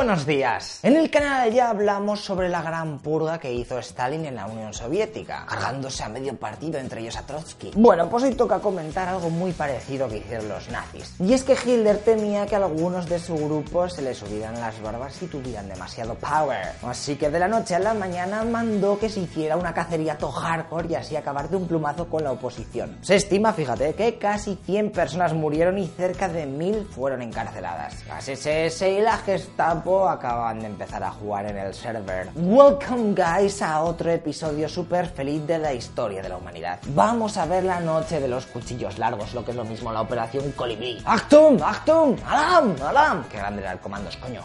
buenos días. En el canal ya hablamos sobre la gran purga que hizo Stalin en la Unión Soviética, cargándose a medio partido, entre ellos a Trotsky. Bueno, pues hoy toca comentar algo muy parecido que hicieron los nazis. Y es que Hitler temía que a algunos de su grupo se les subieran las barbas y tuvieran demasiado power. Así que de la noche a la mañana mandó que se hiciera una cacería to hardcore y así acabar de un plumazo con la oposición. Se estima, fíjate, que casi 100 personas murieron y cerca de 1000 fueron encarceladas. Las SS y la Gestapo acaban de empezar a jugar en el server. Welcome guys a otro episodio súper feliz de la historia de la humanidad. Vamos a ver la noche de los cuchillos largos, lo que es lo mismo la operación Colibrí. ¡Achtung! ¡Achtung! ¡Alarm! ¡Alarm! ¡Qué grande era el comandos, coño!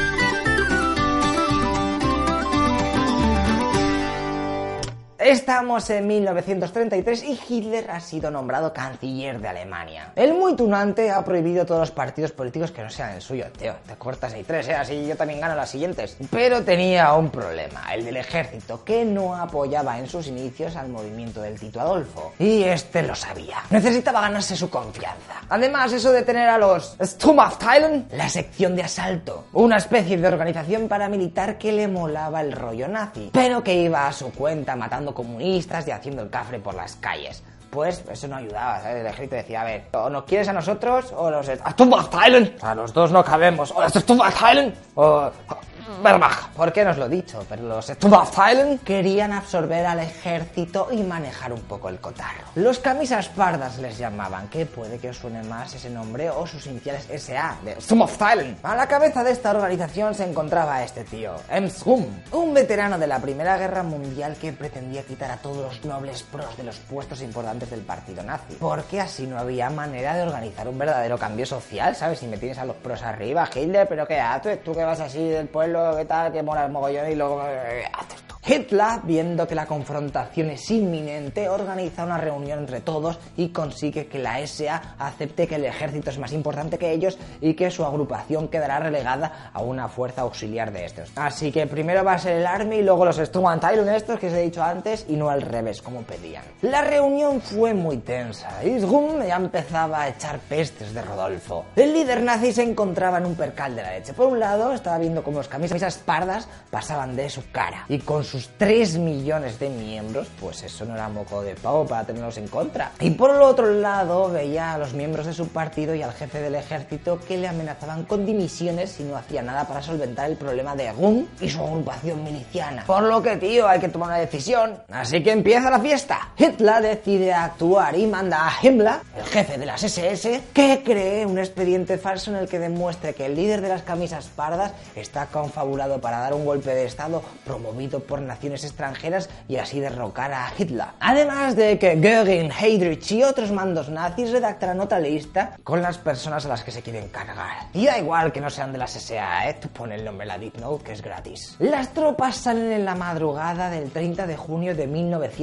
Estamos en 1933 y Hitler ha sido nombrado canciller de Alemania. El muy tunante ha prohibido todos los partidos políticos que no sean el suyo. Tío, te cortas ahí 3, así yo también gano las siguientes. Pero tenía un problema, el del ejército, que no apoyaba en sus inicios al movimiento del Tito Adolfo. Y este lo sabía. Necesitaba ganarse su confianza. Además, eso de tener a los Sturmabteilung, la sección de asalto, una especie de organización paramilitar que le molaba el rollo nazi, pero que iba a su cuenta matando comunistas y haciendo el cafre por las calles. Pues eso no ayudaba, ¿sabes? El ejército decía, a ver, o nos quieres a nosotros o los Sturmabteilung. A los dos no cabemos. O los Sturmabteilung o Wehrmacht. ¿Por qué no os lo he dicho? Pero los Sturmabteilung querían absorber al ejército y manejar un poco el cotarro. Los camisas pardas les llamaban, que puede que os suene más ese nombre o sus iniciales SA, de Sturmabteilung. A la cabeza de esta organización se encontraba este tío, Emsrum, un veterano de la Primera Guerra Mundial que pretendía quitar a todos los nobles pros de los puestos importantes del partido nazi, porque así no había manera de organizar un verdadero cambio social, ¿sabes? Si me tienes a los pros arriba, Hitler, ¿pero qué haces? Tú que vas así del pueblo, ¿qué tal? Que mola el mogollón y luego haces tú. Hitler, viendo que la confrontación es inminente, organiza una reunión entre todos y consigue que la SA acepte que el ejército es más importante que ellos y que su agrupación quedará relegada a una fuerza auxiliar de estos. Así que primero va a ser el Army y luego los Sturmabteilung estos que os he dicho antes y no al revés como pedían. La reunión fue muy tensa y Scum ya empezaba a echar pestes de Rodolfo. El líder nazi se encontraba en un percal de la leche. Por un lado estaba viendo cómo los camisas pardas pasaban de su cara y con sus 3 millones de miembros, pues eso no era moco de pavo para tenerlos en contra. Y por el otro lado veía a los miembros de su partido y al jefe del ejército que le amenazaban con dimisiones si no hacía nada para solventar el problema de Gun y su agrupación miliciana. Por lo que, tío, hay que tomar una decisión. Así que empieza la fiesta. Hitler decide actuar y manda a Himmler, el jefe de las SS, que cree un expediente falso en el que demuestre que el líder de las camisas pardas está confabulado para dar un golpe de estado promovido por naciones extranjeras y así derrocar a Hitler. Además de que Göring, Heydrich y otros mandos nazis redactarán otra lista con las personas a las que se quieren cargar. Y da igual que no sean de las SA, tú pon el nombre en la Death Note que es gratis. Las tropas salen en la madrugada del 30 de junio de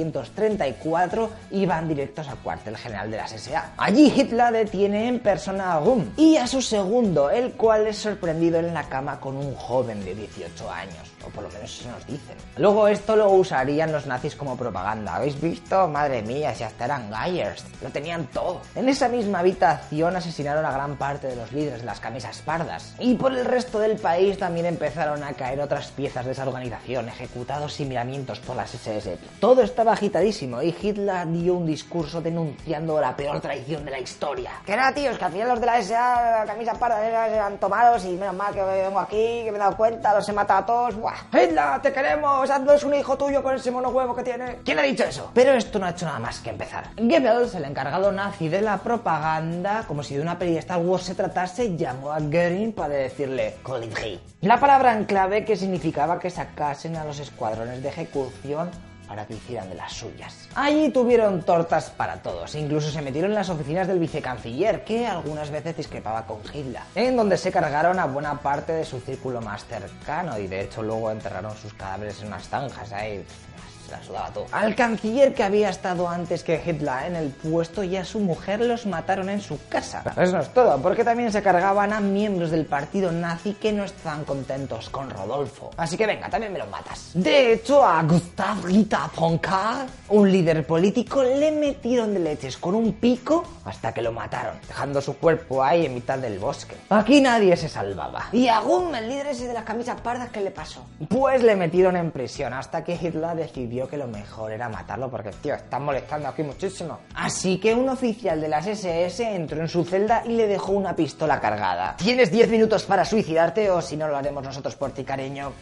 1934 y van directos al cuartel general de las SA. Allí Hitler detiene en persona a Gun y a su segundo, el cual es sorprendido en la cama con un joven de 18 años. O por lo menos eso nos dicen. Luego esto lo usarían los nazis como propaganda. ¿Habéis visto? Madre mía, si hasta eran Geyers. Lo tenían todo. En esa misma habitación asesinaron a gran parte de los líderes de las camisas pardas. Y por el resto del país también empezaron a caer otras piezas de esa organización, ejecutados sin miramientos por las SS. Todo estaba agitadísimo y Hitler dio un discurso denunciando la peor traición de la historia. Que nada, tío, es que al final los de la SA, la camisa parda, eran tomados y menos mal que vengo aquí, que me he dado cuenta, los he matado a todos. ¡Buah! Hitler, te queremos, haznos un hijo tuyo con ese mono huevo que tiene. ¿Quién ha dicho eso? Pero esto no ha hecho nada más que empezar. Goebbels, el encargado nazi de la propaganda, como si de una peli de Star Wars se tratase, llamó a Göring para decirle Colibrí. La palabra en clave que significaba que sacasen a los escuadrones de ejecución para que hicieran de las suyas. Allí tuvieron tortas para todos, incluso se metieron en las oficinas del vicecanciller, que algunas veces discrepaba con Hitler, en donde se cargaron a buena parte de su círculo más cercano y de hecho luego enterraron sus cadáveres en unas zanjas ahí. se la sudaba todo. Al canciller que había estado antes que Hitler en el puesto y a su mujer los mataron en su casa. Pero eso no es todo, porque también se cargaban a miembros del partido nazi que no estaban contentos con Rodolfo. Así que venga, también me los matas. De hecho, a Gustav Rita von Kahr, un líder político, le metieron de leches con un pico hasta que lo mataron, dejando su cuerpo ahí en mitad del bosque. Aquí nadie se salvaba. Y a Gumm, el líder ese de las camisas pardas, ¿qué le pasó? Pues le metieron en prisión hasta que Hitler decidió que lo mejor era matarlo porque, tío, están molestando aquí muchísimo. Así que un oficial de las SS entró en su celda y le dejó una pistola cargada. Tienes 10 minutos para suicidarte o si no lo haremos nosotros por ti, cariño.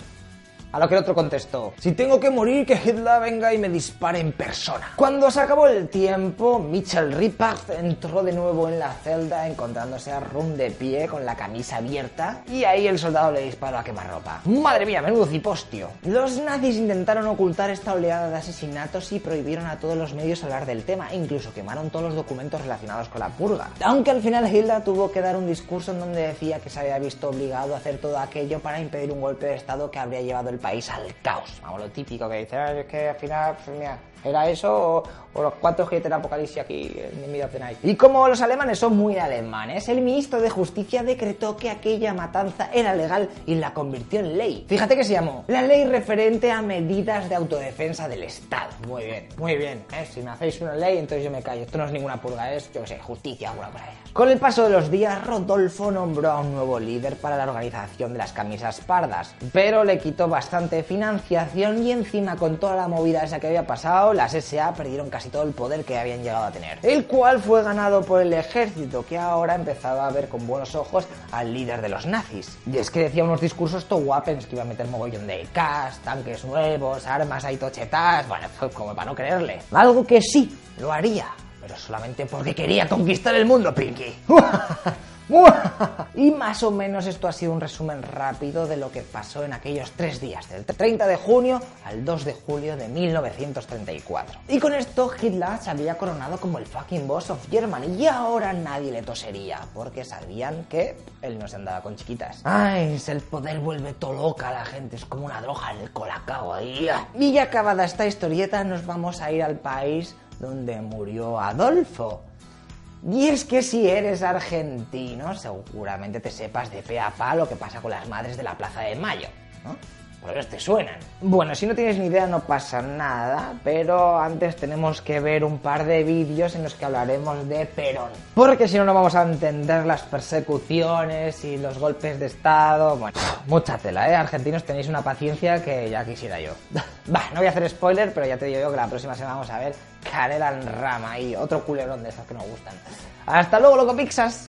A lo que el otro contestó: si tengo que morir, que Hitler venga y me dispare en persona. Cuando se acabó el tiempo, Michel Ripart entró de nuevo en la celda encontrándose a Rum de pie con la camisa abierta y ahí el soldado le disparó a quemarropa. ¡Madre mía, menudo cipostio! Los nazis intentaron ocultar esta oleada de asesinatos y prohibieron a todos los medios hablar del tema, incluso quemaron todos los documentos relacionados con la purga. Aunque al final Hitler tuvo que dar un discurso en donde decía que se había visto obligado a hacer todo aquello para impedir un golpe de estado que habría llevado el país al caos. Vamos, lo típico que dice, es que al final, pues mira, era eso o los 4 jinetes del apocalipsis aquí en Mid of the Night. Y como los alemanes son muy alemanes, el ministro de Justicia decretó que aquella matanza era legal y la convirtió en ley. Fíjate que se llamó la ley referente a medidas de autodefensa del Estado. Muy bien, muy bien. Si me hacéis una ley, entonces yo me callo. Esto no es ninguna purga, es, yo qué sé, justicia, alguna cosa. Con el paso de los días, Rodolfo nombró a un nuevo líder para la organización de las camisas pardas, pero le quitó bastante financiación y encima con toda la movida esa que había pasado, las SA perdieron casi todo el poder que habían llegado a tener, el cual fue ganado por el ejército, que ahora empezaba a ver con buenos ojos al líder de los nazis. Y es que decía unos discursos to guapens, que iba a meter mogollón de cash, tanques nuevos, armas ahí tochetas, bueno, pues como para no creerle. Algo que sí, lo haría, pero solamente porque quería conquistar el mundo, Pinky. Y más o menos esto ha sido un resumen rápido de lo que pasó en aquellos 3 días, del 30 de junio al 2 de julio de 1934. Y con esto Hitler se había coronado como el fucking boss of Germany y ahora nadie le tosería, porque sabían que él no se andaba con chiquitas. Ay, el poder vuelve todo loca a la gente, es como una droga en el colacao ahí. Y ya acabada esta historieta nos vamos a ir al país donde murió Adolfo. Y es que si eres argentino, seguramente te sepas de pe a pa lo que pasa con las madres de la Plaza de Mayo, ¿no? Pues te suenan. Bueno, si no tienes ni idea no pasa nada, pero antes tenemos que ver un par de vídeos en los que hablaremos de Perón. Porque si no, no vamos a entender las persecuciones y los golpes de estado. Bueno, mucha tela, ¿eh? Argentinos, tenéis una paciencia que ya quisiera yo. Va, no voy a hacer spoiler, pero ya te digo yo que la próxima semana vamos a ver Canela en Rama y otro culebrón de esos que nos gustan. Hasta luego, loco pixas.